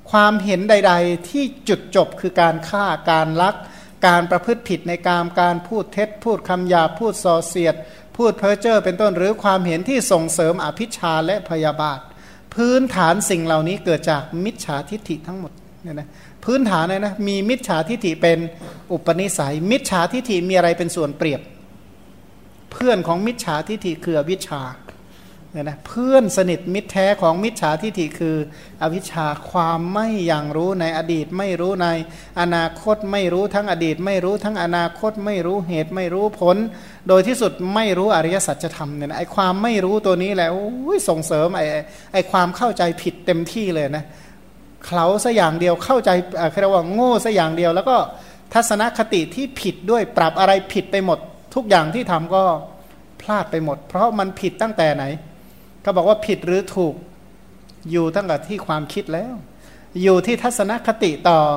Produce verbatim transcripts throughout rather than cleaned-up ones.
ความเห็นใดๆที่จุดจบคือการฆ่าการลักการประพฤติผิดในกามการพูดเท็จพูดคำหยาบพูดส่อเสียดพูดเพ้อเจ้อเป็นต้นหรือความเห็นที่ส่งเสริมอภิชฌาและพยาบาทพื้นฐานสิ่งเหล่านี้เกิดจากมิจฉาทิฏฐิทั้งหมดเนี่ยนะพื้นฐานเลยนะมีมิจฉาทิฏฐิเป็นอุปนิสัยมิจฉาทิฏฐิมีอะไรเป็นส่วนเปรียบเพื่อนของมิจฉาทิฏฐิคืออวิชชาเนี่ยนะเพื่อนสนิทมิตรแท้ของมิจฉาทิฏฐิคืออวิชชาความไม่อย่างรู้ในอดีตไม่รู้ในอนาคตไม่รู้ทั้งอดีตไม่รู้ทั้งอนาคตไม่รู้เหตุไม่รู้ผลโดยที่สุดไม่รู้อริยสัจธรรมเนี่ยนะไอความไม่รู้ตัวนี้แหละส่งเสริมไอไอความเข้าใจผิดเต็มที่เลยนะเขาซะอย่างเดียวเข้าใจเรียกว่าโง่ซะอย่างเดียวแล้วก็ทัศนคติที่ผิดด้วยปรับอะไรผิดไปหมดทุกอย่างที่ทำก็พลาดไปหมดเพราะมันผิดตั้งแต่ไหนเขาบอกว่าผิดหรือถูกอยู่ตั้งแต่ที่ความคิดแล้วอยู่ที่ทัศนคติต่อ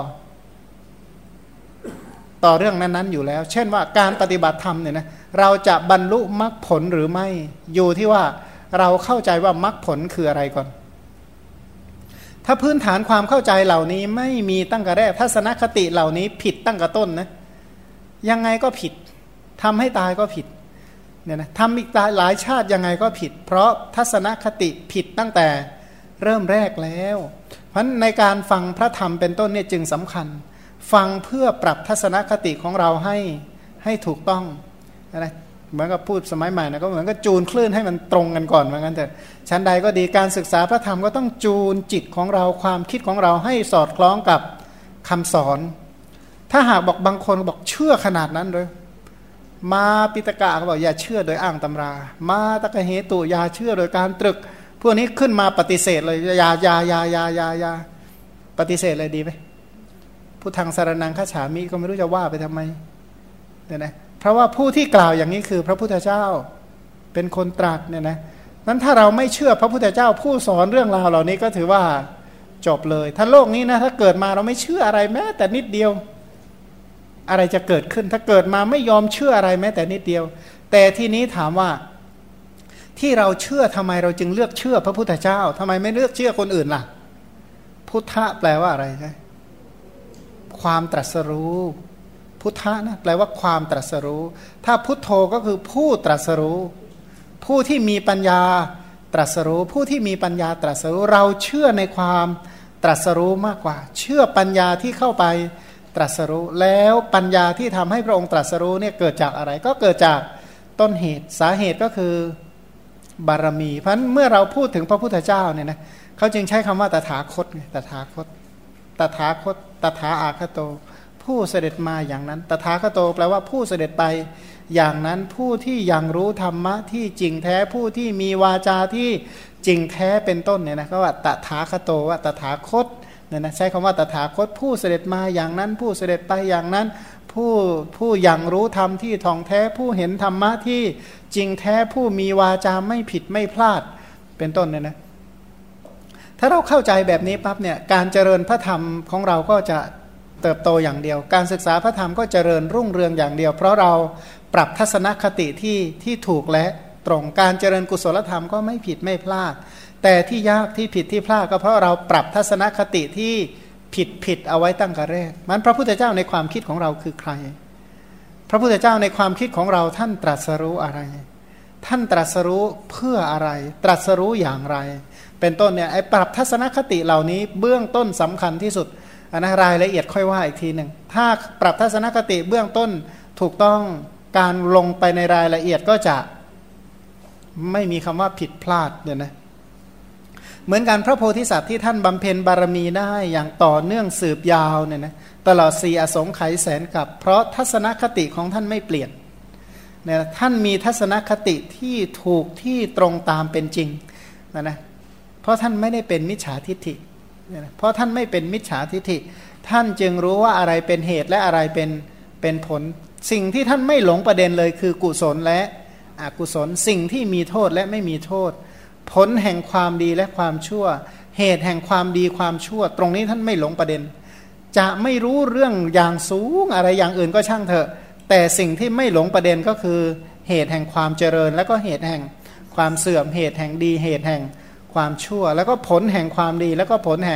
ต่อเรื่องนั้นๆอยู่แล้วเช่นว่าการปฏิบัติธรรมเนี่ยนะเราจะบรรลุมรรคผลหรือไม่อยู่ที่ว่าเราเข้าใจว่ามรรคผลคืออะไรก่อนถ้าพื้นฐานความเข้าใจเหล่านี้ไม่มีตั้งแต่แรกทัศนคติเหล่านี้ผิดตั้งแต่ต้นนะยังไงก็ผิดทำให้ตายก็ผิดเนี่ยนะทำอีกหลายชาติยังไงก็ผิดเพราะทัศนคติผิดตั้งแต่เริ่มแรกแล้วเพราะในการฟังพระธรรมเป็นต้นเนี่ยจึงสำคัญฟังเพื่อปรับทัศนคติของเราให้ให้ถูกต้องนะเหมือนกับพูดสมัยใหม่นะก็เหมือนกับจูนคลื่นให้มันตรงกันก่อนเหมือนกันแต่ชั้นใดก็ดีการศึกษาพระธรรมก็ต้องจูนจิตของเราความคิดของเราให้สอดคล้องกับคำสอนถ้าหากบอกบางคนบอกเชื่อขนาดนั้นเลยมาปิตกะเขาบอกอย่าเชื่อโดยอ้างตำรามาตะกะเหตุอย่าเชื่อโดยการตรึกพวกนี้ขึ้นมาปฏิเสธเลยอย่าอย่าอย่าอย่าอย่าอย่าปฏิเสธเลยดีไหมผู้ทางสารนังฆฉามิก็ไม่รู้จะว่าไปทำไมเนี่ยนะเพราะว่าผู้ที่กล่าวอย่างนี้คือพระพุทธเจ้าเป็นคนตรัสเนี่ยนะนั้นถ้าเราไม่เชื่อพระพุทธเจ้าผู้สอนเรื่องราวเหล่านี้ก็ถือว่าจบเลยถ้าโลกนี้นะถ้าเกิดมาเราไม่เชื่ออะไรแม้แต่นิดเดียวอะไรจะเกิดขึ้นถ้าเกิดมาไม่ยอมเชื่ออะไรแม้แต่นิดเดียวแต่ทีนี้ถามว่าที่เราเชื่อทำไมเราจึงเลือกเชื่อพระพุทธเจ้าทำไมไม่เลือกเชื่อคนอื่นล่ะพุทธะแปลว่าอะไรใช่ความตรัสรู้พุทธะนะแปลว่าความตรัสรู้ถ้าพุทโธก็คือผู้ตรัสรู้ผู้ที่มีปัญญาตรัสรู้ผู้ที่มีปัญญาตรัสรู้เราเชื่อในความตรัสรู้มากกว่าเชื่อปัญญาที่เข้าไปตรัสรู้แล้วปัญญาที่ทำให้พระองค์ตรัสรู้เนี่ยเกิดจากอะไรก็เกิดจากต้นเหตุสาเหตุก็คือบารมีเพราะฉะนั้นเมื่อเราพูดถึงพระพุทธเจ้าเนี่ยนะเขาจึงใช้คำว่าตถาคตไงตถาคตตถาคตตถาอาคโตผู้เสด็จมาอย่างนั้นตถาคโตแปลว่าผู้เสด็จไปอย่างนั้นผู้ที่ยังรู้ธรรมะที่จริงแท้ผู้ที่มีวาจาที่จริงแท้เป็นต้นเนี่ยนะก็ว่าตถาคโตว่าตถาคตเนี่ยนะใช้คำว่าตถาคตผู้เสด็จมาอย่างนั้นผู้เสด็จไปอย่างนั้นผู้ผู้ยังรู้ธรรมที่ท่องแท้ผู้เห็นธรรมะที่จริงแท้ผู้มีวาจาไม่ผิดไม่พลาดเป็นต้นเนี่ยนะถ้าเราเข้าใจแบบนี้ปั๊บเนี่ยการเจริญพระธรรมของเราก็จะเติบโตอย่างเดียวการศึกษาพระธรรมก็เจริญรุ่งเรืองอย่างเดียวเพราะเราปรับทัศนคติที่ที่ถูกและตรงการเจริญกุศลธรรมก็ไม่ผิดไม่พลาดแต่ที่ยากที่ผิดที่พลาดก็เพราะเราปรับทัศนคติที่ผิดผิดเอาไว้ตั้งแต่แรกมันพระพุทธเจ้าในความคิดของเราคือใครพระพุทธเจ้าในความคิดของเราท่านตรัสรู้อะไรท่านตรัสรู้เพื่ออะไรตรัสรู้อย่างไรเป็นต้นเนี่ยไอ้ปรับทัศนคติเหล่านี้เบื้องต้นสำคัญที่สุดอันนั้นรายละเอียดค่อยว่าอีกทีหนึ่งถ้าปรับทัศนคติเบื้องต้นถูกต้องการลงไปในรายละเอียดก็จะไม่มีคำว่าผิดพลาดเนี่ยนะเหมือนกันพระโพธิสัตว์ที่ท่านบำเพ็ญบารมีได้อย่างต่อเนื่องสืบยาวเนี่ยนะตลอดสี่อสงไขยแสนกับเพราะทัศนคติของท่านไม่เปลี่ยนเนี่ยท่านมีทัศนคติที่ถูกที่ตรงตามเป็นจริงนะนะเพราะท่านไม่ได้เป็นมิจฉาทิฏฐิเพราะท่านไม่เป็นมิจฉาทิฏฐิท่านจึงรู้ว่าอะไรเป็นเหตุและอะไรเป็นเป็นผลสิ่งที่ท่านไม่หลงประเด็นเลยคือกุศลและอกุศลสิ่งที่มีโทษและไม่มีโทษผลแห่งความดีและความชั่วเหตุแห่งความดีความชั่วตรงนี้ท่านไม่หลงประเด็นจะไม่รู้เรื่องอย่างสูงอะไรอย่างอื่นก็ช่างเถอะแต่สิ่งที่ไม่หลงประเด็นก็คือเหตุแห่งความเจริญและก็เหตุแห่งความเสื่อมเหตุแห่งดีเหตุแห่งความชั่วแล้วก็ผลแห่งความดีแล้วก็ผลแห่ง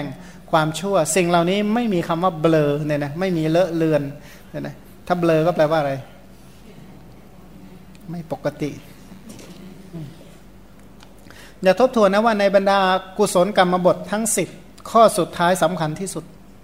ความชั่วสิ่งเหล่านี้ไม่มีคำว่าเบลอเนี่ยนะไม่มีเลอะเลือนเนี่ยนะถ้าเบลอก็แปลว่าอะไรไม่ปกติอย่าทบทวนนะว่าในบรรดากุศลกรรมบททั้งสิบข้อสุดท้ายสำคัญที่สุด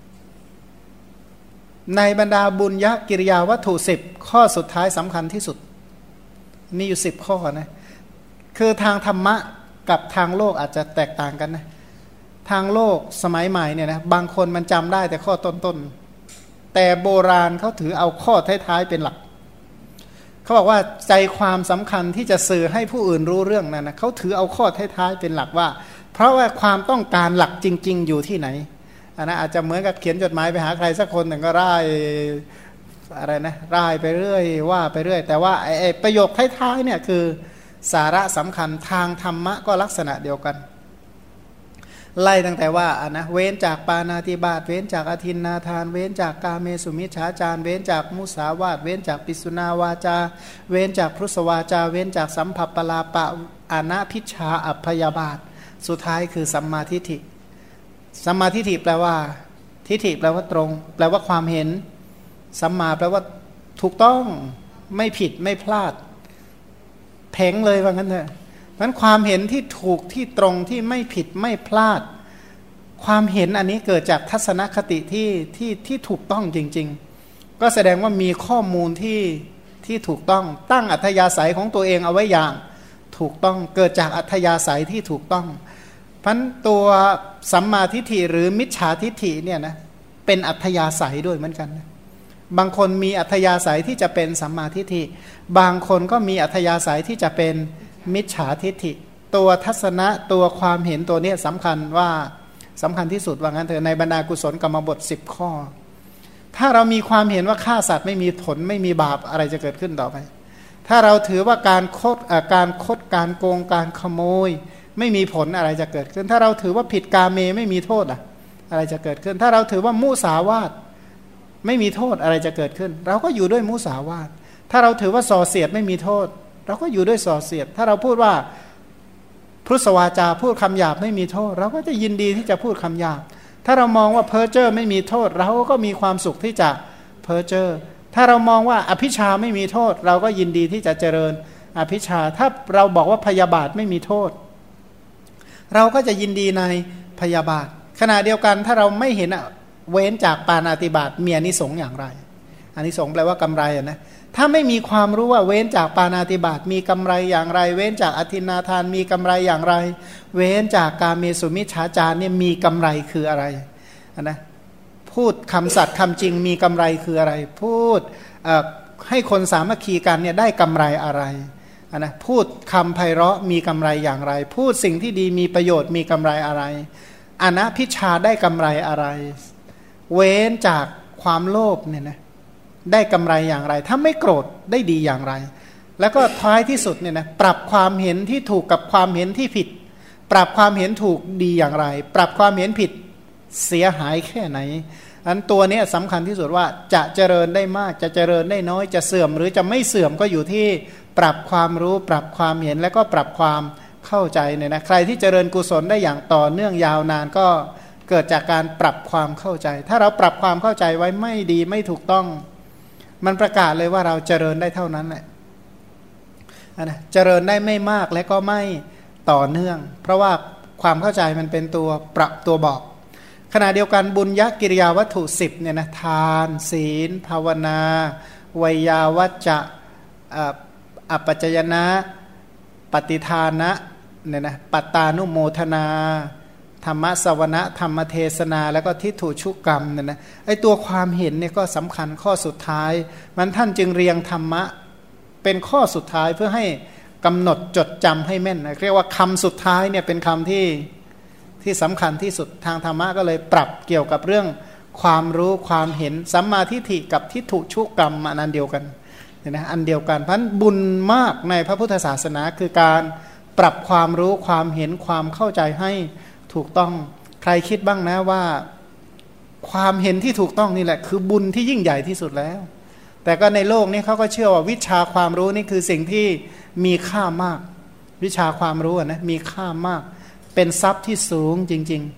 ในบรรดาบุญญกิริยาวัตถุสิบข้อสุดท้ายสำคัญที่สุดมีอยู่สิบข้อนะคือทางธรรมะกับทางโลกอาจจะแตกต่างกันนะทางโลกสมัยใหม่เนี่ยนะบางคนมันจำได้แต่ข้อต้นๆแต่โบราณเขาถือเอาข้อท้ายๆเป็นหลักเขาบอกว่าใจความสำคัญที่จะสื่อให้ผู้อื่นรู้เรื่องนั้นนะเขาถือเอาข้อท้ายๆเป็นหลักว่าเพราะว่าความต้องการหลักจริงๆอยู่ที่ไหนอันนั้นอาจจะเหมือนกับเขียนจดหมายไปหาใครสักคนหนึ่งก็ร่ายอะไรนะร่ายไปเรื่อยว่าไปเรื่อยแต่ว่าไอ้ประโยคท้ายๆเนี่ยคือสาระสำคัญทางธรรมะก็ลักษณะเดียวกันไล่ตั้งแต่ว่าอ่ะนะเว้นจากปาณาติบาตเว้นจากอทินนาทานเว้นจากกาเมสุมิจฉาจารเว้นจากมุสาวาทเว้นจากปิสุนาวาจาเว้นจากพุทธวาจาเว้นจากสัมผัสปลาปะอานะพิชาอัพยาบาทสุดท้ายคือสัมมาทิฏฐิสัมมาทิฏฐิแปลว่าทิฏฐิแปลว่าตรงแปลว่าความเห็นสัมมาแปลว่าถูกต้องไม่ผิดไม่พลาดเพ่งเลยว่างั้นเถอะเพราะฉะนั้นความเห็นที่ถูกที่ตรงที่ไม่ผิดไม่พลาดความเห็นอันนี้เกิดจากทัศนคติที่ที่ที่ถูกต้องจริงๆก็แสดงว่ามีข้อมูลที่ที่ถูกต้องตั้งอัธยาศัยของตัวเองเอาไว้อย่างถูกต้องเกิดจากอัธยาศัยที่ถูกต้องเพราะฉะนั้นตัวสัมมาทิฏฐิหรือมิจฉาทิฏฐิเนี่ยนะเป็นอัธยาศัยด้วยเหมือนกันนะบางคนมีอัธยาศัยที่จะเป็นสัมมาทิฏฐิบางคนก็มีอัธยาศัยที่จะเป็นมิจฉาทิฏฐิตัวทัศนะตัวความเห็นตัวนี้สำคัญว่าสำคัญที่สุดว่างั้นเถอะในบรรดากุศลกรรมบทสิบข้อถ้าเรามีความเห็นว่าฆ่าสัตว์ไม่มีผลไม่มีบาปอะไรจะเกิดขึ้นต่อไปถ้าเราถือว่าการคดการคดการโกงการขโมยไม่มีผลอะไรจะเกิดขึ้นถ้าเราถือว่าผิดกาเมไม่มีโทษอะอะไรจะเกิดขึ้นถ้าเราถือว่ามุสาวาทไม่มีโทษอะไรจะเกิดขึ้นเราก็อยู่ด้วยมุสาวาทถ้าเราถือว่าส่อเสียดไม่มีโทษเราก็อยู่ด้วยส่อเสียดถ้าเราพูดว่าพุทธวาจาพูดคำหยาบไม่มีโทษเราก็จะยินดีที่จะพูดคำหยาบถ้าเรามองว่าเพ้อเจ้อไม่มีโทษเราก็มีความสุขที่จะเพ้อเจ้อถ้าเรามองว่าอภิชาไม่มีโทษเราก็ยินดีที่จะเจริญอภิชาถ้าเราบอกว่าพยาบาทไม่มีโทษเราก็จะยินดีในพยาบาทขณะเดียวกันถ้าเราไม่เห็นเว้นจากปาณาติบาตมีอานิสงส์อย่างไรอานิสงส์แปลว่ากำไรนะถ้าไม่มีความรู้ว่าเว้นจากปาณาติบาตมีกำไรอย่างไรเว้นจากอทินนาทานมีกำไรอย่างไรเว้นจากกาเมสุมิจฉาจารเนี่ยมีกำไรคืออะไรนะพูดคำสัตย์คำจริงมีกำไรคืออะไรพูดให้คนสามัคคีกันเนี่ยได้กำไรอะไรนะพูดคำไพเราะมีกำไรอย่างไรพูดสิ่งที่ดีมีประโยชน์มีกำไรอะไรอนัพิชาได้กำไรอะไรเว้นจากความโลภเนี่ยนะได้กำไรอย่างไรถ้าไม่โกรธได้ดีอย่างไรแล้วก็ท้ายที่สุดเนี่ยนะปรับความเห็นที่ถูกกับความเห็นที่ผิดปรับความเห็นถูกดีอย่างไรปรับความเห็นผิดเสียหายแค่ไหนอันตัวนี้สำคัญที่สุดว่าจะเจริญได้มากจะเจริญได้น้อยจะเสื่อมหรือจะไม่เสื่อมก็อยู่ที่ปรับความรู้ปรับความเห็นและก็ปรับความเข้าใจเนี่ยนะใครที่เจริญกุศลได้อย่างต่อเนื่องยาวนานก็เกิดจากการปรับความเข้าใจถ้าเราปรับความเข้าใจไว้ไม่ดีไม่ถูกต้องมันประกาศเลยว่าเราเจริญได้เท่านั้นแหละนะเจริญได้ไม่มากและก็ไม่ต่อเนื่องเพราะว่าความเข้าใจมันเป็นตัวปรับตัวบอกขณะเดียวกันบุญญกิริยาวัตถุสิบเนี่ยนะทานศีลภาวนาวัยาวัจจะอัปปัจจยนะปฏิทานะเนี่ยนะปัตตานุโมทนาธรรมสวนะธรรมเทศนาแล้วก็ทิฏฐุชุกรรมเนี่ยนะไอตัวความเห็นเนี่ยก็สำคัญข้อสุดท้ายมันท่านจึงเรียงธรรมะเป็นข้อสุดท้ายเพื่อให้กำหนดจดจำให้แม่นนะเรียกว่าคำสุดท้ายเนี่ยเป็นคำที่ที่สำคัญที่สุดทางธรรมะก็เลยปรับเกี่ยวกับเรื่องความรู้ความเห็นสัมมาทิฏฐิกับทิฏฐุชุกรรมอันเดียวกันเนี่ยนะอันเดียวกันเพราะบุญมากในพระพุทธศาสนาคือการปรับความรู้ความเห็นความเข้าใจให้ถูกต้องใครคิดบ้างนะว่าความเห็นที่ถูกต้องนี่แหละคือบุญที่ยิ่งใหญ่ที่สุดแล้วแต่ก็ในโลกนี้เขาก็เชื่อว่าวิชาความรู้นี่คือสิ่งที่มีค่ามากวิชาความรู้นะมีค่ามากเป็นทรัพย์ที่สูงจริงๆ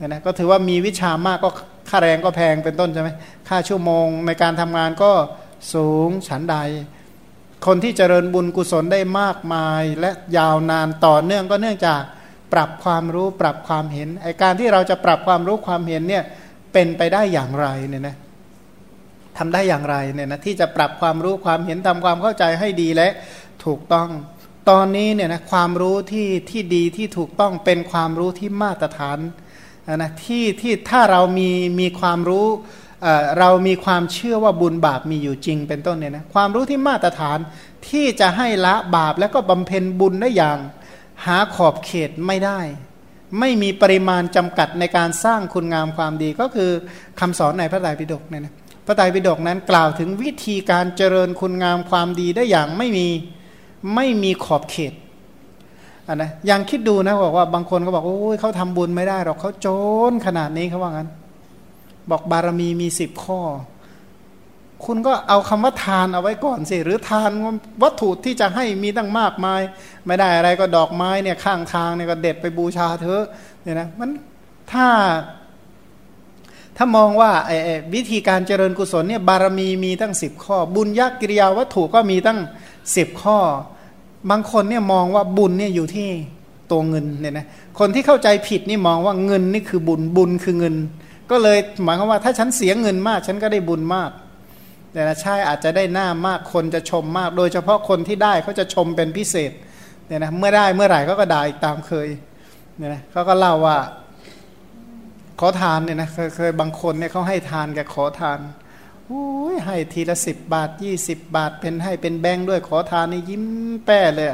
เนี่ยนะก็ถือว่ามีวิชามากก็ค่าแรงก็แพงเป็นต้นใช่ไหมค่าชั่วโมงในการทำงานก็สูงฉันใดคนที่เจริญบุญกุศลได้มากมายและยาวนานต่อเนื่องก็เนื่องจากปรับความรู้ปรับความเห็นไอการที่เราจะปรับความรู้ความเห็นเนี่ยเป็นไปได้อย่างไรเนี่ยนะทำได้อย่างไรเนี่ยนะที่จะปรับความรู้ความเห็นทำความเข้าใจให้ดีและถูกต้องตอนนี้เนี่ยนะความรู้ที่ที่ดีที่ถูกต้องเป็นความรู้ที่มาตรฐานนะที่ที่ถ้าเรามีมีความรู้เอ่อเรามีความเชื่อว่าบุญบาปมีอยู่จริงเป็นต้นเนี่ยนะความรู้ที่มาตรฐานที่จะให้ละบาปแล้วก็บำเพ็ญบุญได้อย่างหาขอบเขตไม่ได้ไม่มีปริมาณจำกัดในการสร้างคุณงามความดีก็คือคำสอนในพระไตรปิฎกเนี่ยนะพระไตรปิฎกนั้นกล่าวถึงวิธีการเจริญคุณงามความดีได้อย่างไม่มีไม่มีขอบเขตอ่ะนะยังคิดดูนะบอกว่าบางคนก็บอกโอ้ยเขาทำบุญไม่ได้หรอกเขาโจรขนาดนี้เขาว่างั้นบอกบารมีมีสิบข้อคุณก็เอาคำว่าทานเอาไว้ก่อนสิหรือทานวัตถุที่จะให้มีตั้งมากมายไม่ได้อะไรก็ดอกไม้เนี่ยข้างทางเนี่ยก็เด็ดไปบูชาเถอะเนี่ยนะมันถ้าถ้ามองว่าไอ้วิธีการเจริญกุศลเนี่ยบารมีมีตั้งสิบข้อบุญญกิริยาวัตถุก็มีตั้งสิบข้อบางคนเนี่ยมองว่าบุญเนี่ยอยู่ที่ตัวเงินเนี่ยนะคนที่เข้าใจผิดนี่มองว่าเงินนี่คือบุญบุญคือเงินก็เลยหมายความว่าถ้าฉันเสียเงินมากฉันก็ได้บุญมากแต่นะใช่อาจจะได้หน้ามากคนจะชมมากโดยเฉพาะคนที่ได้เขาจะชมเป็นพิเศษเนี่ยนะเมื่อได้เมื่อไหร่ก็ก็ด่าอีกตามเคยเนี่ยนะเขาก็เล่าว่าขอทานเนี่ยนะเคยเคยบางคนเนี่ยเขาให้ทานแกขอทานโอ้ยให้ทีละสิบบาทยี่สิบบาทเป็นให้เป็นแบงค์ด้วยขอทานนี่ยิ้มแป้เลย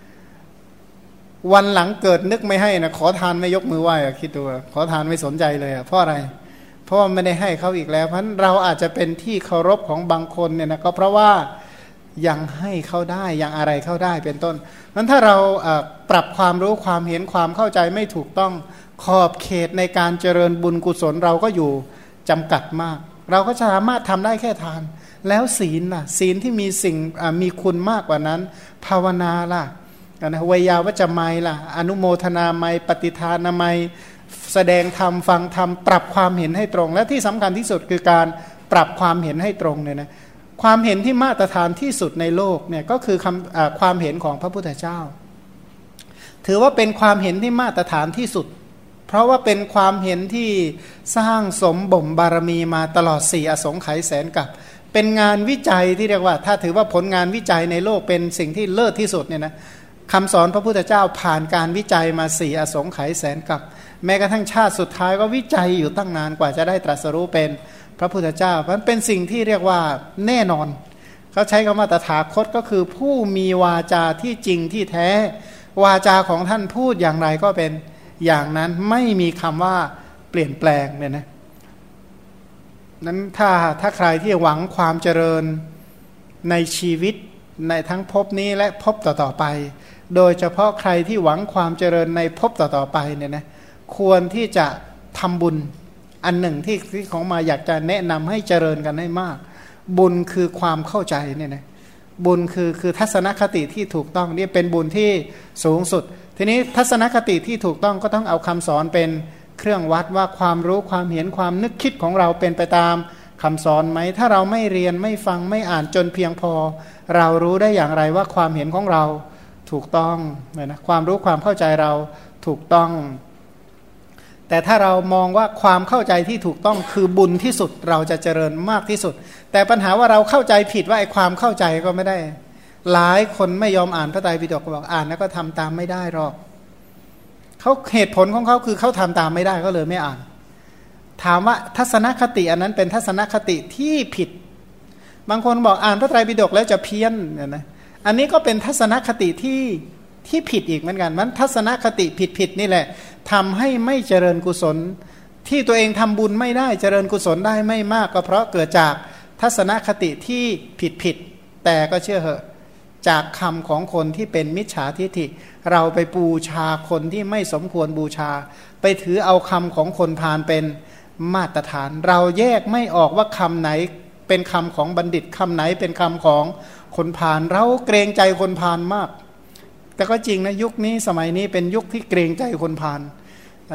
วันหลังเกิดนึกไม่ให้นะขอทานไม่ยกมือไหว้อะคิดดูขอทานไม่สนใจเลยอะเพราะอะไรเพราะว่าไม่ได้ให้เขาอีกแล้วเพราะเราอาจจะเป็นที่เคารพของบางคนเนี่ยนะก็เพราะว่ายังให้เขาได้ยังอะไรเข้าได้เป็นต้นนั้นถ้าเราปรับความรู้ความเห็นความเข้าใจไม่ถูกต้องขอบเขตในการเจริญบุญกุศลเราก็อยู่จำกัดมากเราก็สามารถทำได้แค่ทานแล้วศีลล่ะศีลที่มีสิ่งมีคุณมากกว่านั้นภาวนาล่ะนะวิยาวัจจะไมล่ะอนุโมทนาไมปฏิทานาไมแสดงธรรมฟังธรรมปรับความเห็นให้ตรงและที่สำคัญที่สุดคือการปรับความเห็นให้ตรงเนี่ยนะความเห็นที่มาตรฐานที่สุดในโลกเนี่ยก็คือคำความเห็นของพระพุทธเจ้าถือว่าเป็นความเห็นที่มาตรฐานที่สุดเพราะว่าเป็นความเห็นที่สร้างสมบ่มบารมีมาตลอดสี่อสงไขยแสนกับเป็นงานวิจัยที่เรียกว่าถ้าถือว่าผลงานวิจัยในโลกเป็นสิ่งที่เลิศที่สุดเนี่ยนะคำสอนพระพุทธเจ้าผ่านการวิจัยมาสี่อสงไขยแสนกับแม้กระทั่งชาติสุดท้ายก็วิจัยอยู่ตั้งนานกว่าจะได้ตรัสรู้เป็นพระพุทธเจ้ามันเป็นสิ่งที่เรียกว่าแน่นอนเขาใช้คำว่าตถาคตก็คือผู้มีวาจาที่จริงที่แท้วาจาของท่านพูดอย่างไรก็เป็นอย่างนั้นไม่มีคำว่าเปลี่ยนแปลงเนี่ยนะนั้นถ้าถ้าใครที่หวังความเจริญในชีวิตในทั้งภพนี้และภพต่อๆไปโดยเฉพาะใครที่หวังความเจริญในภพต่อๆไปเนี่ยนะควรที่จะทำบุญอันหนึ่งที่ที่ของมาอยากจะแนะนำให้เจริญกันให้มากบุญคือความเข้าใจเนี่ยนะบุญคือคือทัศนคติที่ถูกต้องนี่เป็นบุญที่สูงสุดทีนี้ทัศนคติที่ถูกต้องก็ต้องเอาคำสอนเป็นเครื่องวัดว่าความรู้ความเห็นความนึกคิดของเราเป็นไปตามคำสอนไหมถ้าเราไม่เรียนไม่ฟังไม่อ่านจนเพียงพอเรารู้ได้อย่างไรว่าความเห็นของเราถูกต้องนะความรู้ความเข้าใจเราถูกต้องแต่ถ้าเรามองว่าความเข้าใจที่ถูกต้องคือบุญที่สุดเราจะเจริญมากที่สุดแต่ปัญหาว่าเราเข้าใจผิดว่าไอ้ความเข้าใจก็ไม่ได้หลายคนไม่ยอมอ่านพระไตรปิฎกก็บอกอ่านแล้วก็ทำตามไม่ได้หรอกเขาเหตุผลของเขาคือเขาทำตามไม่ได้ก็เลยไม่อ่านถามว่าทัศนคติอันนั้นเป็นทัศนคติที่ผิดบางคนบอกอ่านพระไตรปิฎกแล้วจะเพี้ยนนะอันนี้ก็เป็นทัศนคติที่ที่ผิดอีกเหมือนกันมันทัศนคติผิดๆนี่แหละทำให้ไม่เจริญกุศลที่ตัวเองทำบุญไม่ได้เจริญกุศลได้ไม่มากก็เพราะเกิดจากทัศนคติที่ผิดๆแต่ก็เชื่อเหอะจากคำของคนที่เป็นมิจฉาทิฏฐิเราไปบูชาคนที่ไม่สมควรบูชาไปถือเอาคำของคนพาลเป็นมาตรฐานเราแยกไม่ออกว่าคำไหนเป็นคำของบัณฑิตคำไหนเป็นคำของคนพาลเราเกรงใจคนพาลมากแต่ก็จริงนะยุคนี้สมัยนี้เป็นยุคที่เกรงใจคนพาลนะ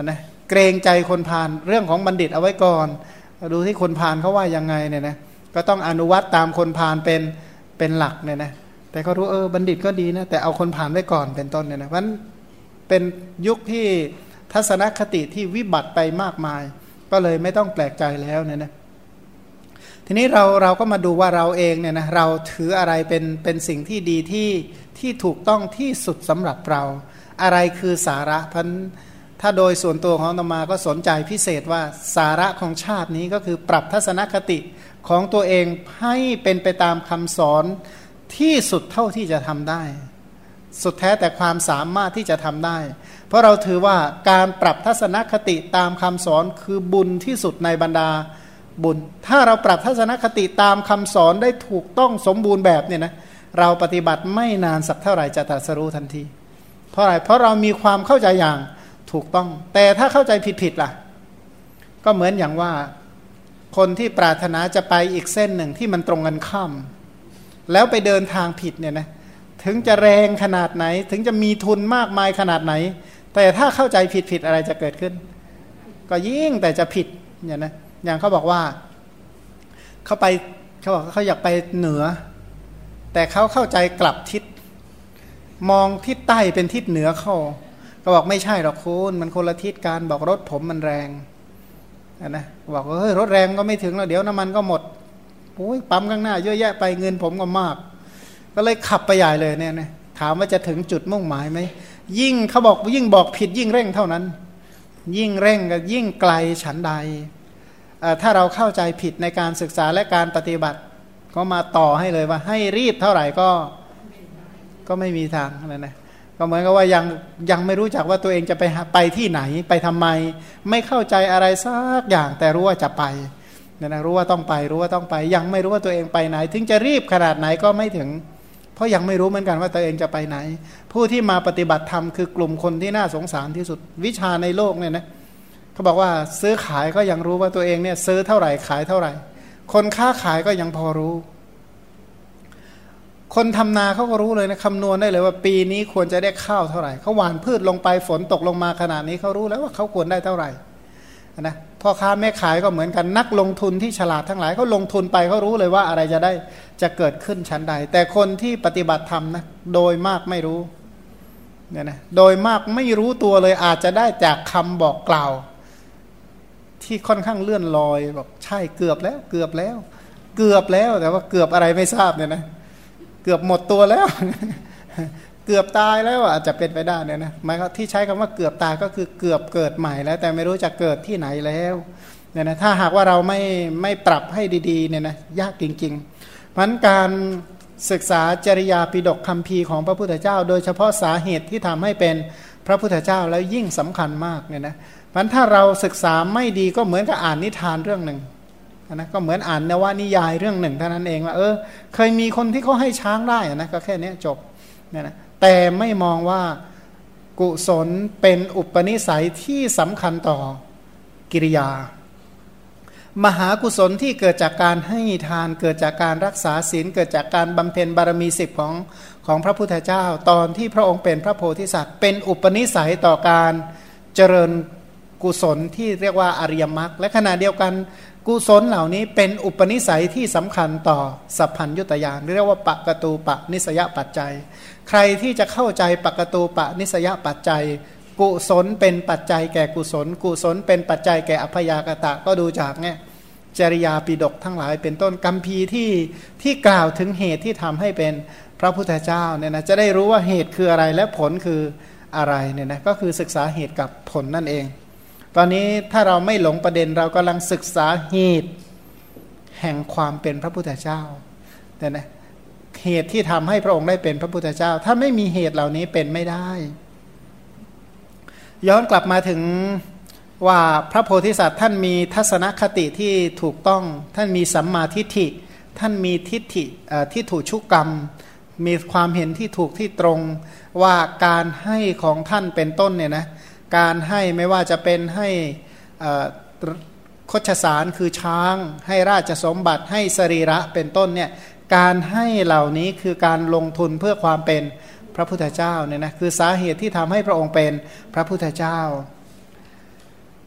เกรงใจคนพาลเรื่องของบัณฑิตเอาไว้ก่อนดูที่คนพาลเขาว่ายังไงเนี่ยนะก็ต้องอนุวัตตามคนพาลเป็นเป็นหลักเนี่ยนะแต่เขารู้เออบัณฑิตก็ดีนะแต่เอาคนพาลไว้ก่อนเป็นต้นเนี่ยนะเพราะฉะนั้นเป็นยุคที่ทัศนคติที่วิบัติไปมากมายก็เลยไม่ต้องแปลกใจแล้วเนี่ยนะทีนี้เราเราก็มาดูว่าเราเองเนี่ยนะเราถืออะไรเป็นเป็นสิ่งที่ดีที่ที่ถูกต้องที่สุดสำหรับเราอะไรคือสาระพันถ้าโดยส่วนตัวของอาตมาก็สนใจพิเศษว่าสาระของชาตินี้ก็คือปรับทัศนคติของตัวเองให้เป็นไปตามคำสอนที่สุดเท่าที่จะทำได้สุดแท้แต่ความสามารถที่จะทำได้เพราะเราถือว่าการปรับทัศนคติตามคำสอนคือบุญที่สุดในบรรดาบุญถ้าเราปรับทัศนคติตามคำสอนได้ถูกต้องสมบูรณ์แบบเนี่ยนะเราปฏิบัติไม่นานสักเท่าไหร่จะตรัสรู้ทันทีเพราะอะไรเพราะเรามีความเข้าใจอย่างถูกต้องแต่ถ้าเข้าใจผิดๆล่ะก็เหมือนอย่างว่าคนที่ปรารถนาจะไปอีกเส้นหนึ่งที่มันตรงกันข้ามแล้วไปเดินทางผิดเนี่ยนะถึงจะแรงขนาดไหนถึงจะมีทุนมากมายขนาดไหนแต่ถ้าเข้าใจผิดๆอะไรจะเกิดขึ้นก็ยิ่งแต่จะผิดอย่างนะอย่างเขาบอกว่าเขาไปเขาบอกเขาอยากไปเหนือแต่เขาเข้าใจกลับทิศมองทิศใต้เป็นทิศเหนือเข้าก็บอกไม่ใช่หรอกคุณมันคนละทิศกันบอกรถผมมันแรงนะบอกว่าเฮ้ยรถแรงก็ไม่ถึงแล้วเดี๋ยวน้ำมันก็หมดโอ้ยปั๊มข้างหน้าเยอะแยะไปเงินผมก็มากก็เลยขับไปใหญ่เลยเนี่ยนะถามว่าจะถึงจุดมุ่งหมายไหมยิ่งเขาบอกยิ่งบอกผิดยิ่งเร่งเท่านั้นยิ่งเร่งก็ยิ่งไกลฉันใดถ้าเราเข้าใจผิดในการศึกษาและการปฏิบัติก็มาต่อให้เลยว่าให้รีบเท่าไหร่ก็ก็ไม่มีทางนะนะก็เหมือนกับว่ายังยังไม่รู้จักว่าตัวเองจะไปไปที่ไหนไปทำไมไม่เข้าใจอะไรสักอย่างแต่รู้ว่าจะไปเนี่ยนะรู้ว่าต้องไปรู้ว่าต้องไปยังไม่รู้ว่าตัวเองไปไหนถึงจะรีบขนาดไหนก็ไม่ถึงเพราะยังไม่รู้เหมือนกันว่าตัวเองจะไปไหนผู้ที่มาปฏิบัติธรรมคือกลุ่มคนที่น่าสงสารที่สุดวิชาในโลกเนี่ยนะเขาบอกว่าซื้อขายก็ยังรู้ว่าตัวเองเนี่ยซื้อเท่าไหร่ขายเท่าไหร่คนค้าขายก็ยังพอรู้คนทำนาเขาก็รู้เลยนะคำนวณได้เลยว่าปีนี้ควรจะได้ข้าวเท่าไหร่เขาหว่านพืชลงไปฝนตกลงมาขนาดนี้เขารู้แล้วว่าเขาควรได้เท่าไหร่นะพ่อค้าแม่ขายก็เหมือนกันนักลงทุนที่ฉลาดทั้งหลายเขาลงทุนไปเขารู้เลยว่าอะไรจะได้จะเกิดขึ้นชั้นใดแต่คนที่ปฏิบัติธรรมนะโดยมากไม่รู้เนี่ยนะโดยมากไม่รู้ตัวเลยอาจจะได้จากคำบอกกล่าวที่ค่อนข้างเลื่อนลอยบอกใช่เกือบแล้วเกือบแล้วเกือบแล้วแต่ว่าเกือบอะไรไม่ทราบเนี่ยนะเกือบหมดตัวแล้ว เกือบตายแล้วอาจจะเป็นไปได้เนี่ยนะหมายที่ใช้คำว่าเกือบตายก็คือเกือบเกิดใหม่แล้วแต่ไม่รู้จะเกิดที่ไหนแล้วเนี่ยนะถ้าหากว่าเราไม่ไม่ปรับให้ดีๆเนี่ยนะยากจริงๆเพราะฉะนั้นการศึกษาจริยาปิฎกคัมภีร์ของพระพุทธเจ้าโดยเฉพาะสาเหตุที่ทำให้เป็นพระพุทธเจ้าแล้วยิ่งสำคัญมากเนี่ยนะเพราะฉะนั้นถ้าเราศึกษาไม่ดีก็เหมือนกับอ่านนิทานเรื่องหนึ่งนะก็เหมือนอ่านนวนิยายเรื่องหนึ่งเท่านั้นเองว่าเออเคยมีคนที่เขาให้ช้างได้นะก็แค่นี้จบเนี่ยนะแต่ไม่มองว่ากุศลเป็นอุปนิสัยที่สำคัญต่อกิริยามหากุศลที่เกิดจากการให้ทานเกิดจากการรักษาศีลเกิดจากการบำเพ็ญบารมีสิบของของพระพุทธเจ้าตอนที่พระองค์เป็นพระโพธิสัตว์เป็นอุปนิสัยต่อการเจริญกุศลที่เรียกว่าอริยมรรคและขณะเดียวกันกุศลเหล่านี้เป็นอุปนิสัยที่สำคัญต่อสัพพัญญุตญาณเรียกว่าปกตูปนิสยปัจจัยใครที่จะเข้าใจปกตูปนิสยปัจจัยกุศลเป็นปัจจัยแก่กุศลกุศลเป็นปัจจัยแก่อัพยากตะก็ดูจากเนี่ยจริยาปิฎกทั้งหลายเป็นต้นคัมภีร์ที่ที่กล่าวถึงเหตุที่ทำให้เป็นพระพุทธเจ้าเนี่ยนะจะได้รู้ว่าเหตุคืออะไรและผลคืออะไรเนี่ยนะก็คือศึกษาเหตุกับผลนั่นเองตอนนี้ถ้าเราไม่หลงประเด็นเรากำลังศึกษาเหตุแห่งความเป็นพระพุทธเจ้าแต่นะเหตุที่ทำให้พระองค์ได้เป็นพระพุทธเจ้าถ้าไม่มีเหตุเหล่านี้เป็นไม่ได้ย้อนกลับมาถึงว่าพระโพธิสัตว์ท่านมีทัศนคติที่ถูกต้องท่านมีสัมมาทิฏฐิท่านมีทิฏฐิที่ถูกชุกกรรมมีความเห็นที่ถูกที่ตรงว่าการให้ของท่านเป็นต้นเนี่ยนะการให้ไม่ว่าจะเป็นให้คชสารคือช้างให้ราชสมบัติให้สรีระเป็นต้นเนี่ยการให้เหล่านี้คือการลงทุนเพื่อความเป็นพระพุทธเจ้าเนี่ยนะคือสาเหตุที่ทำให้พระองค์เป็นพระพุทธเจ้า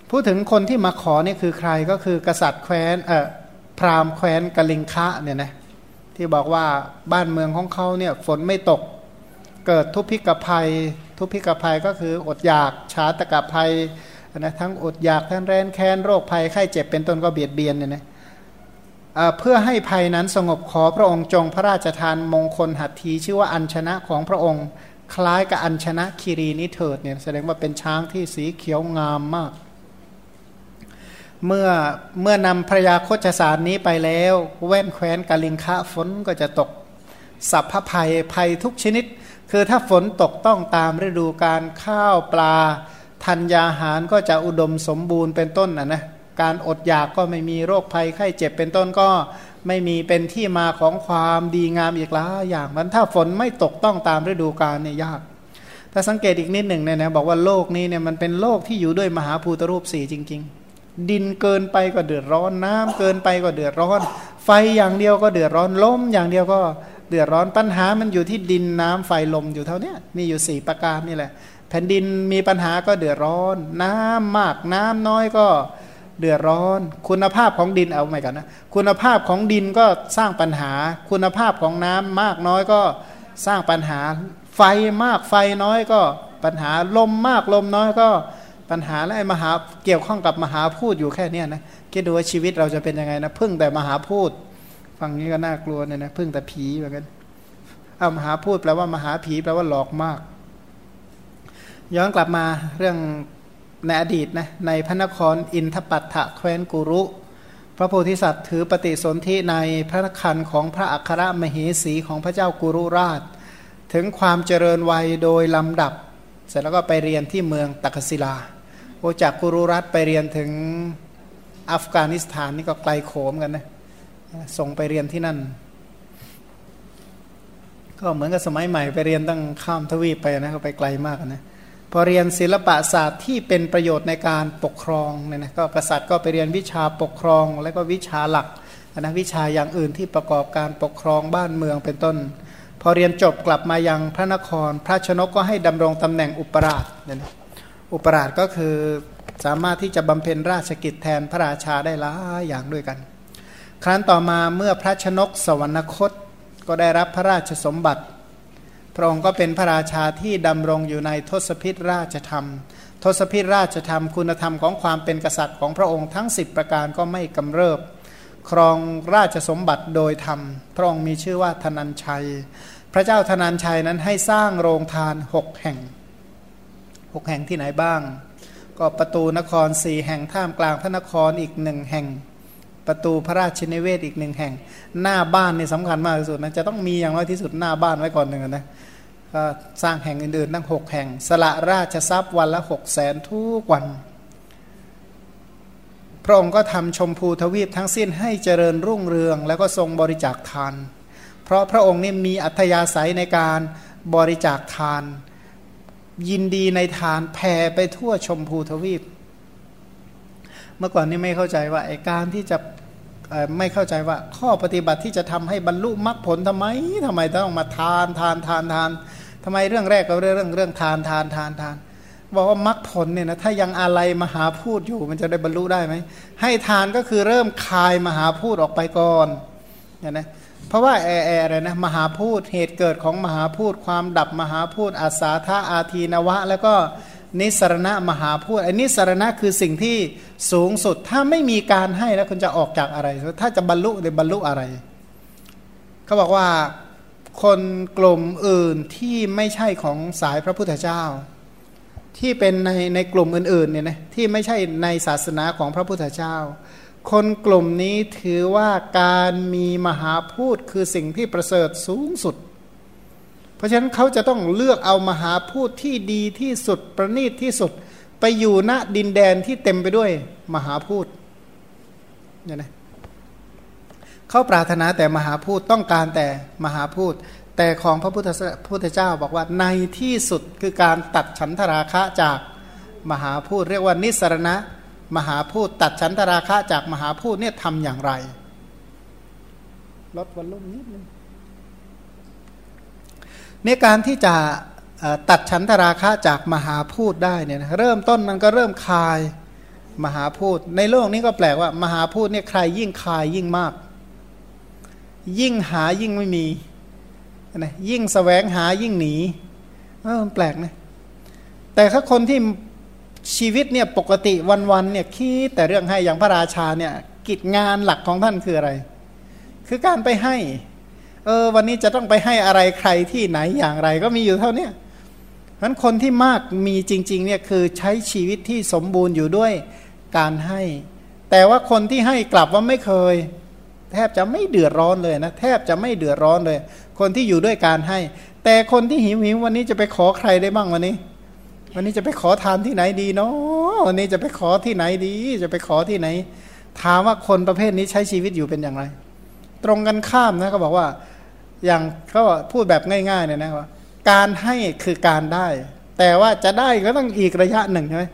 พูดถึงคนที่มาขอนี่คือใครก็คือกษัตริย์แคว้นเอ่อพราหมณ์แคว้นกลิงคะเนี่ยนะที่บอกว่าบ้านเมืองของเขาเนี่ยฝนไม่ตกเกิดทุพพิกภัยทุพพิกภัยก็คืออดอยากชาตกภัยนะทั้งอดอยากทั้งแร้นแค้นโรคภัยไข้เจ็บเป็นต้นก็เบียดเบียนเนี่ยนะเพื่อให้ภัยนั้นสงบขอพระองค์จงพระราชทานมงคลหัตถีชื่อว่าอัญชนะของพระองค์คล้ายกับอัญชนะคีรีนี้เถิดเนี่ยแสดงว่าเป็นช้างที่สีเขียวงามมากเมื่อเมื่อนำพระยาโคชสารนี้ไปแล้วแว่นแคว้นกาลิงคะฝนก็จะตกสัพพภัยภัยทุกชนิดคือถ้าฝนตกต้องตามฤดูการข้าวปลาธัญญาหารก็จะอุดมสมบูรณ์เป็นต้นนะนะการอดอยากก็ไม่มีโรคภัยไข้เจ็บเป็นต้นก็ไม่มีเป็นที่มาของความดีงามอีกหลายอย่างมันถ้าฝนไม่ตกต้องตามฤดูกาลเนี่ยยากถ้าสังเกตอีกนิดหนึ่งเนี่ยนะบอกว่าโลกนี้เนี่ยมันเป็นโลกที่อยู่ด้วยมหาภูตรูปสี่จริงๆดินเกินไปก็เดือดร้อนน้ำเกินไปก็เดือดร้อนไฟอย่างเดียวก็เดือดร้อนลมอย่างเดียวก็เดือดร้อนปัญหามันอยู่ที่ดินน้ำไฟลมอยู่เท่านี้มีอยู่สี่ประการนี่แหละแผ่นดินมีปัญหาก็เดือดร้อนน้ำมากน้ำน้อยก็เดือดร้อนคุณภาพของดินเอาใหม่กันนะคุณภาพของดินก็สร้างปัญหาคุณภาพของน้ำมากน้อยก็สร้างปัญหาไฟมากไฟน้อยก็ปัญหาลมมากลมน้อยก็ปัญหาและไอ้มหาเกี่ยวข้องกับมหาพูดอยู่แค่นี้นะคิดดูว่าชีวิตเราจะเป็นยังไงนะพึ่งแต่มหาพูดฟังนี้ก็น่ากลัวเนี่ยนะพึ่งแต่ผีเหมือนกันเอามหาพูดแปลว่ามหาผีแปลว่าหลอกมากย้อนกลับมาเรื่องในอดีตนะในพระนครอินทปัฏฐะแคว้นกุรุพระโพธิสัตว์ถือปฏิสนธิในพระนครของพระอัครมเหสีของพระเจ้ากุรุราชถึงความเจริญวัยโดยลำดับเสร็จแล้วก็ไปเรียนที่เมืองตักศิลาโอจากกุรุรัตไปเรียนถึงอัฟกานิสถานนี่ก็ไกลโขมกันนะส่งไปเรียนที่นั่นก็เหมือนกับสมัยใหม่ไปเรียนตั้งข้ามทวีปไปนะก็ไปไกลมากนะพอเรียนศิลปศาสตร์ที่เป็นประโยชน์ในการปกครองเนี่ยนะก็กษัตริย์ก็ไปเรียนวิชาปกครองและก็วิชาหลักนะวิชาอย่างอื่นที่ประกอบการปกครองบ้านเมืองเป็นต้นพอเรียนจบกลับมายังพระนครพระชนกก็ให้ดำรงตำแหน่งอุปราชเนี่ยนะอุปราชก็คือสามารถที่จะบำเพ็ญราชกิจแทนพระราชาได้หลายอย่างด้วยกันครั้นต่อมาเมื่อพระชนกสวรรคตก็ได้รับพระราชสมบัติพระองค์ก็เป็นพระราชาที่ดำรงอยู่ในทศพิธราชธรรมทศพิธราชธรรมคุณธรรมของความเป็นกษัตริย์ของพระองค์ทั้งสิบประการก็ไม่กำเริบครองราชสมบัติโดยธรรมพระองค์มีชื่อว่าธนัญชัยพระเจ้าธนัญชัยนั้นให้สร้างโรงทานหกแห่งหกแห่งที่ไหนบ้างก็ประตูนครสี่แห่งท่ามกลางพระนครอีกหนึ่งแห่งประตูพระราชนิเวศอีกหนึ่งแห่งหน้าบ้านนี่สำคัญมากที่สุดนะจะต้องมีอย่างน้อยที่สุดหน้าบ้านไว้ก่อนหนึ่งนะก็สร้างแห่งอื่นๆตั้งหกแห่งสละราชทรัพย์วันละหกแสนทุกวันพระองค์ก็ทำชมพูทวีปทั้งสิ้นให้เจริญรุ่งเรืองแล้วก็ทรงบริจาคทานเพราะพระองค์นี่มีอัธยาศัยในการบริจาคทานยินดีในทานแผ่ไปทั่วชมพูทวีปเมื่อก่อนนี่ไม่เข้าใจว่าไอ้การที่จะไม่เข้าใจว่าข้อปฏิบัติที่จะทำให้บรรลุมรรคผลทำไมทำไมต้องมาทานทานทานทานทำไมเรื่องแรกก็เรื่องเรื่องทานทานทานทานบอกว่ามรรคผลเนี่ยนะถ้ายังอะไรมหาพูดอยู่มันจะได้บรรลุได้ไหมให้ทานก็คือเริ่มคายมหาพูดออกไปก่อนเนี่ยนะเพราะว่าแอแออะไรนะมหาพูดเหตุเกิดของมหาพูดความดับมหาพูดอาสาทะอาทีนวะแล้วก็นิสรณะมหาพูดไอ้นิสรณะคือสิ่งที่สูงสุดถ้าไม่มีการให้แล้วคุณจะออกจากอะไรถ้าจะบรรลุหรือบรรลุอะไรเขาบอกว่าคนกลุ่มอื่นที่ไม่ใช่ของสายพระพุทธเจ้าที่เป็นในในกลุ่มอื่นๆเนี่ยนะที่ไม่ใช่ในศาสนาของพระพุทธเจ้าคนกลุ่มนี้ถือว่าการมีมหาพูดคือสิ่งที่ประเสริฐสูงสุดเพราะฉะนั้นเขาจะต้องเลือกเอามหาพูดที่ดีที่สุดประณีตที่สุดไปอยู่ณดินแดนที่เต็มไปด้วยมหาพูดเนี่ยนะเขาปรารถนาแต่มหาพูดต้องการแต่มหาพูดแต่ของพระพุทธพุทธเจ้าบอกว่าในที่สุดคือการตัดฉันทราคะจากมหาพูดเรียกว่านิสรณะมหาพูดตัดฉันทราคะจากมหาพูดเนี่ยทำอย่างไรลดวอลลุ่มนิดนึงในการที่จะตัดฉันทราคะจากมหาพูดได้เนี่ยเริ่มต้นมันก็เริ่มคายมหาพูดในโลกนี้ก็แปลกว่ามหาพูดเนี่ยใครยิ่งคายยิ่งมากยิ่งหายิ่งไม่มีนะยิ่งแสวงหายิ่งหนีเออแปลกนะแต่ถ้าคนที่ชีวิตเนี่ยปกติวันๆเนี่ยคิดแต่เรื่องให้อย่างพระราชาเนี่ยกิจงานหลักของท่านคืออะไรคือการไปให้เออวันนี้จะต้องไปให้อะไรใครที่ไหนอย่างไรก็มีอยู่เท่านี้เพราะฉะนั้นคนที่มากมีจริงๆเนี่ยคือใช้ชีวิตที่สมบูรณ์อยู่ด้วยการให้แต่ว่าคนที่ให้กลับว่าไม่เคยแทบจะไม่เดือดร้อนเลยนะแทบจะไม่เดือดร้อนเลยคนที่อยู่ด้วยการให้แต่คนที่หิวหิววันนี้จะไปขอใครได้บ้างวันนี้วันนี้จะไปขอทานที่ไหนดีเนาะวันนี้จะไปขอที่ไหนดีจะไปขอที่ไหนถามว่าคนประเภทนี้ใช้ชีวิตอยู่เป็นอย่างไรตรงกันข้ามนะเขาบอกว่าอย่างเขาพูดแบบง่ายๆเนี่ยนะว่าการให้คือการได้แต่ว่าจะได้ก็ต้องอีกระยะหนึ่งใช่ไหม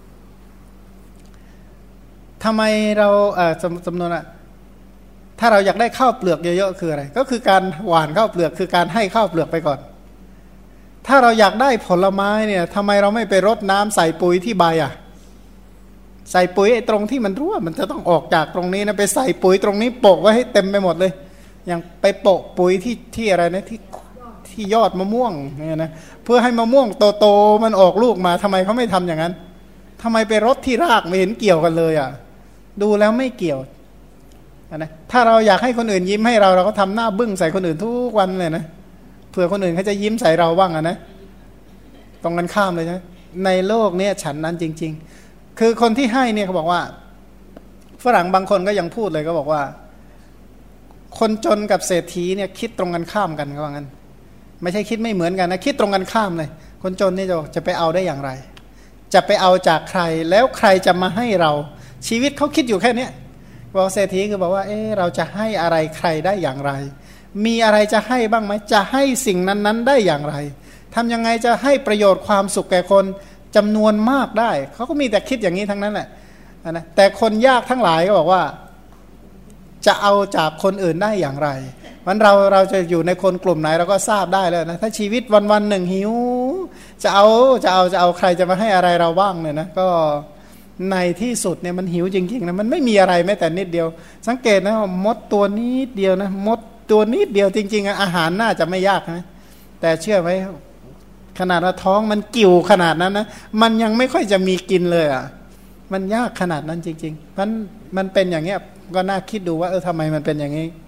ทำไมเราเอ่อจำนวนอะถ้าเราอยากได้ข้าวเปลือกเยอะๆคืออะไรก็คือการหว่านข้าวเปลือกคือการให้ข้าวเปลือกไปก่อนถ้าเราอยากได้ผลไม้เนี่ยทำไมเราไม่ไปรดน้ำใส่ปุ๋ยที่ใบอ่ะใส่ปุ๋ยไอ้ตรงที่มันรั่วมันจะต้องออกจากตรงนี้นะไปใส่ปุ๋ยตรงนี้โปะไว้ให้เต็มไปหมดเลยอย่างไปโปะปุ๋ยที่ที่อะไรนะที่ที่ยอดมะม่วงเนี่ยนะเพื่อให้มะม่วงโตๆมันออกลูกมาทำไมเขาไม่ทำอย่างนั้นทำไมไปรดที่รากไม่เห็นเกี่ยวกันเลยอ่ะดูแล้วไม่เกี่ยวนะถ้าเราอยากให้คนอื่นยิ้มให้เราเราก็ทำหน้าบึ้งใส่คนอื่นทุกวันเลยนะเผื่อคนอื่นเขาจะยิ้มใส่เราบ้างอ่ะนะตรงกันข้ามเลยใช่ไหมในโลกนี้ฉันนั้นจริงๆคือคนที่ให้เนี่ยเขาบอกว่าฝรั่งบางคนก็ยังพูดเลยก็บอกว่าคนจนกับเศรษฐีเนี่ยคิดตรงกันข้ามกันเขาว่างั้นไม่ใช่คิดไม่เหมือนกันนะคิดตรงกันข้ามเลยคนจนนี่จะจะไปเอาได้อย่างไรจะไปเอาจากใครแล้วใครจะมาให้เราชีวิตเขาคิดอยู่แค่นี้บอกเศรษฐีคือบอกว่าเออเราจะให้อะไรใครได้อย่างไรมีอะไรจะให้บ้างไหมจะให้สิ่งนั้นๆได้อย่างไรทำยังไงจะให้ประโยชน์ความสุขแก่คนจำนวนมากได้เขาก็มีแต่คิดอย่างนี้ทั้งนั้นแหละนะแต่คนยากทั้งหลายก็บอกว่าจะเอาจากคนอื่นได้อย่างไรวันเราเราจะอยู่ในคนกลุ่มไหนเราก็ทราบได้แล้วนะถ้าชีวิตวันๆหนึ่งหิวจะเอาจะเอาจะเอาใครจะมาให้อะไรเราบ้างเนี่ยนะก็ในที่สุดเนี่ยมันหิวจริงๆนะมันไม่มีอะไรแม้แต่นิดเดียวสังเกตนะมดตัวนิดเดียวนะมดตัวนิดเดียวจริงๆอาหารน่าจะไม่ยากนะแต่เชื่อไหมขนาดว่าท้องมันกิ่วขนาดนั้นนะมันยังไม่ค่อยจะมีกินเลยอ่ะมันยากขนาดนั้นจริงๆมันมันเป็นอย่างเงี้ยก็น่าคิดดูว่าเออทำไมมันเป็นอย่างนี้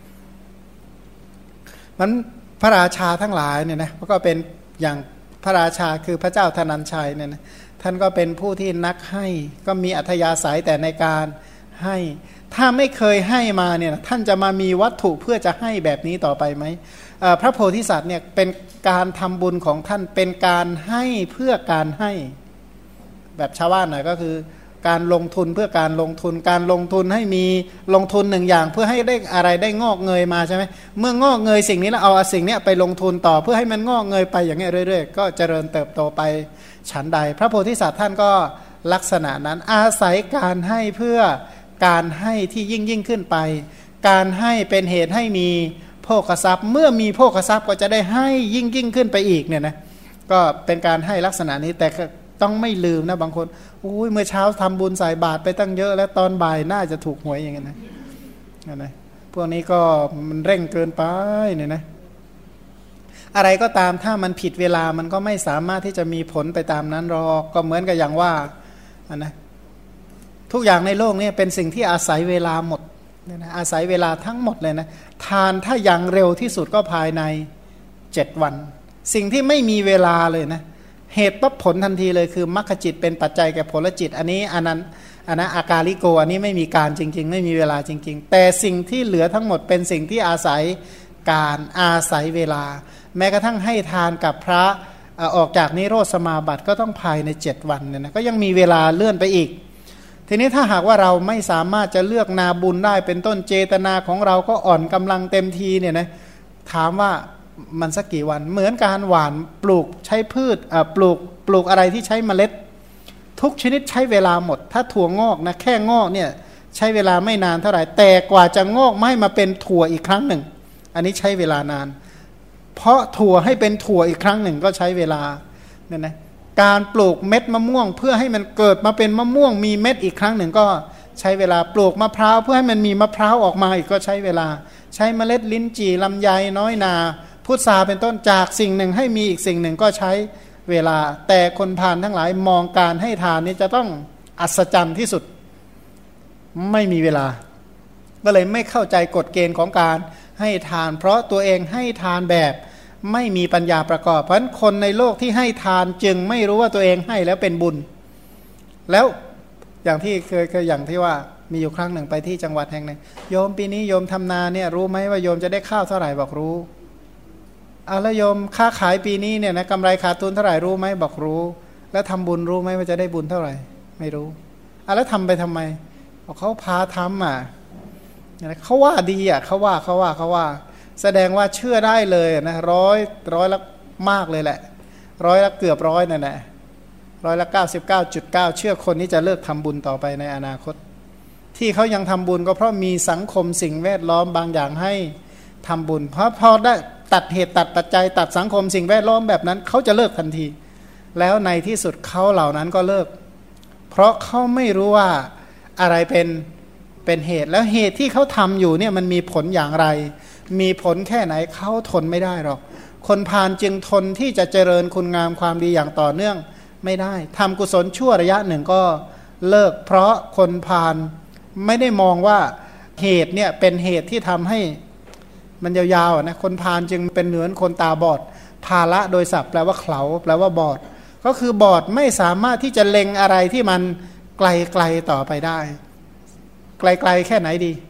มันพระราชาทั้งหลายเนี่ยนะก็เป็นอย่างพระราชาคือพระเจ้าธนัญชัยเนี่ยนะท่านก็เป็นผู้ที่นักให้ก็มีอัธยาศัยแต่ในการให้ถ้าไม่เคยให้มาเนี่ยท่านจะมามีวัตถุเพื่อจะให้แบบนี้ต่อไปไหมพระโพธิสัตว์เนี่ยเป็นการทำบุญของท่านเป็นการให้เพื่อการให้แบบชาวบ้านหน่อยก็คือการลงทุนเพื่อการลงทุนการลงทุนให้มีลงทุนหนึ่งอย่างเพื่อให้ได้อะไรได้งอกเงยมาใช่ไหมเมื่องอกเงยสิ่งนี้แล้วเอาสิ่งนี้ไปลงทุนต่อเพื่อให้มันงอกเงยไปอย่างเงี้ยเรื่อยๆก็เจริญเติบโตไปฉันใดพระโพธิสัตว์ท่านก็ลักษณะนั้นอาศัยการให้เพื่อการให้ที่ยิ่งยิ่งขึ้นไปการให้เป็นเหตุให้มีโภคทรัพย์เมื่อมีโภคทรัพย์ก็จะได้ให้ยิ่งยิ่งขึ้นไปอีกเนี่ยนะก็เป็นการให้ลักษณะนี้แต่ต้องไม่ลืมนะบางคนอุ้ยเมื่อเช้าทำบุญใส่บาตรไปตั้งเยอะแล้วตอนบ่ายน่าจะถูกหวยอย่างเงี้ยนะนะพวกนี้ก็มันเร่งเกินไปเนี่ยนะอะไรก็ตามถ้ามันผิดเวลามันก็ไม่สามารถที่จะมีผลไปตามนั้นหรอกก็เหมือนกับอย่างว่านะทุกอย่างในโลกนี้เป็นสิ่งที่อาศัยเวลาหมดเนี่ยนะอาศัยเวลาทั้งหมดเลยนะทานถ้ายังเร็วที่สุดก็ภายในเจ็ดวันสิ่งที่ไม่มีเวลาเลยนะเหตุปั๊บผลทันทีเลยคือมรรคจิตเป็นปัจจัยแก่ผลจิตอันนี้อันนั้นอันนั้นอากาลิโกอันนี้ไม่มีการจริงๆไม่มีเวลาจริงๆแต่สิ่งที่เหลือทั้งหมดเป็นสิ่งที่อาศัยการอาศัยเวลาแม้กระทั่งให้ทานกับพระออกจากนิโรธสมาบัติก็ต้องภายในเจ็ดวันเนี่ยนะก็ยังมีเวลาเลื่อนไปอีกทีนี้ถ้าหากว่าเราไม่สามารถจะเลือกนาบุญได้เป็นต้นเจตนาของเราก็อ่อนกำลังเต็มทีเนี่ยนะถามว่ามันสักกี่วันเหมือนการหว่านปลูกใช้พืชปลูกปลูกอะไรที่ใช้เมล็ดทุกชนิดใช้เวลาหมดถ้าถั่วงอกนะแค่งอกเนี่ยใช้เวลาไม่นานเท่าไหร่แต่กว่าจะงอกไม่มาเป็นถั่วอีกครั้งหนึ่งอันนี้ใช้เวลานานเพราะถั่วให้เป็นถั่วอีกครั้งหนึ่งก็ใช้เวลาเนี่ยนะการปลูกเม็ดมะม่วงเพื่อให้มันเกิดมาเป็นมะม่วงมีเม็ดอีกครั้งหนึ่งก็ใช้เวลาปลูกมะพร้าวเพื่อให้มันมีมะพร้าวออกมาอีกก็ใช้เวลาใช้เมล็ดลิ้นจี่ลำไยน้อยนาพุทราเป็นต้นจากสิ่งหนึ่งให้มีอีกสิ่งหนึ่งก็ใช้เวลาแต่คนพาลทั้งหลายมองการให้ทานนี้จะต้องอัศจรรย์ที่สุดไม่มีเวลาก็เลยไม่เข้าใจกฎเกณฑ์ของการให้ทานเพราะตัวเองให้ทานแบบไม่มีปัญญาประกอบเพราะฉะนั้นคนในโลกที่ให้ทานจึงไม่รู้ว่าตัวเองให้แล้วเป็นบุญแล้วอย่างที่เคยเคยอย่างที่ว่ามีอยู่ครั้งหนึ่งไปที่จังหวัดแห่งหนึ่งโยมปีนี้โยมทำนาเนี่ยรู้ไหมว่าโยมจะได้ข้าวเท่าไหร่บอกรู้เอาแล้วโยมค้าขายปีนี้เนี่ยนะกำไรขาดทุนเท่าไหร่รู้ไหมบอกรู้แล้วทำบุญรู้ไหมว่าจะได้บุญเท่าไหร่ไม่รู้เอาแล้วทำไปทำไมบอกเขาพาทำอ่ะเขาว่าดีอ่ะเขาว่าเขาว่าเขาว่าแสดงว่าเชื่อได้เลยนะร้อยร้อยละมากเลยแหละร้อยละเกือบร้อยนั่นแหละร้อยละเก้าสิบเก้าจุดเก้าเชื่อคนนี้จะเลิกทำบุญต่อไปในอนาคตที่เขายังทำบุญก็เพราะมีสังคมสิ่งแวดล้อมบางอย่างให้ทำบุญเพราะพอได้ตัดเหตุตัดปัจจัยตัดสังคมสิ่งแวดล้อมแบบนั้นเขาจะเลิกทันทีแล้วในที่สุดเขาเหล่านั้นก็เลิกเพราะเขาไม่รู้ว่าอะไรเป็นเป็นเหตุแล้วเหตุที่เขาทำอยู่เนี่ยมันมีผลอย่างไรมีผลแค่ไหนเขาทนไม่ได้หรอกคนพาลจึงทนที่จะเจริญคุณงามความดีอย่างต่อเนื่องไม่ได้ทำกุศลชั่วระยะหนึ่งก็เลิกเพราะคนพาลไม่ได้มองว่าเหตุเนี่ยเป็นเหตุที่ทำให้มันยาวๆนะคนพาลจึงเป็นเหมือนคนตาบอดภาละโดยศัพท์แปลว่าเขลาแปลว่าบอดก็คือบอดไม่สามารถที่จะเล็งอะไรที่มันไกลๆต่อไปได้ไกลๆแค่ไหนดี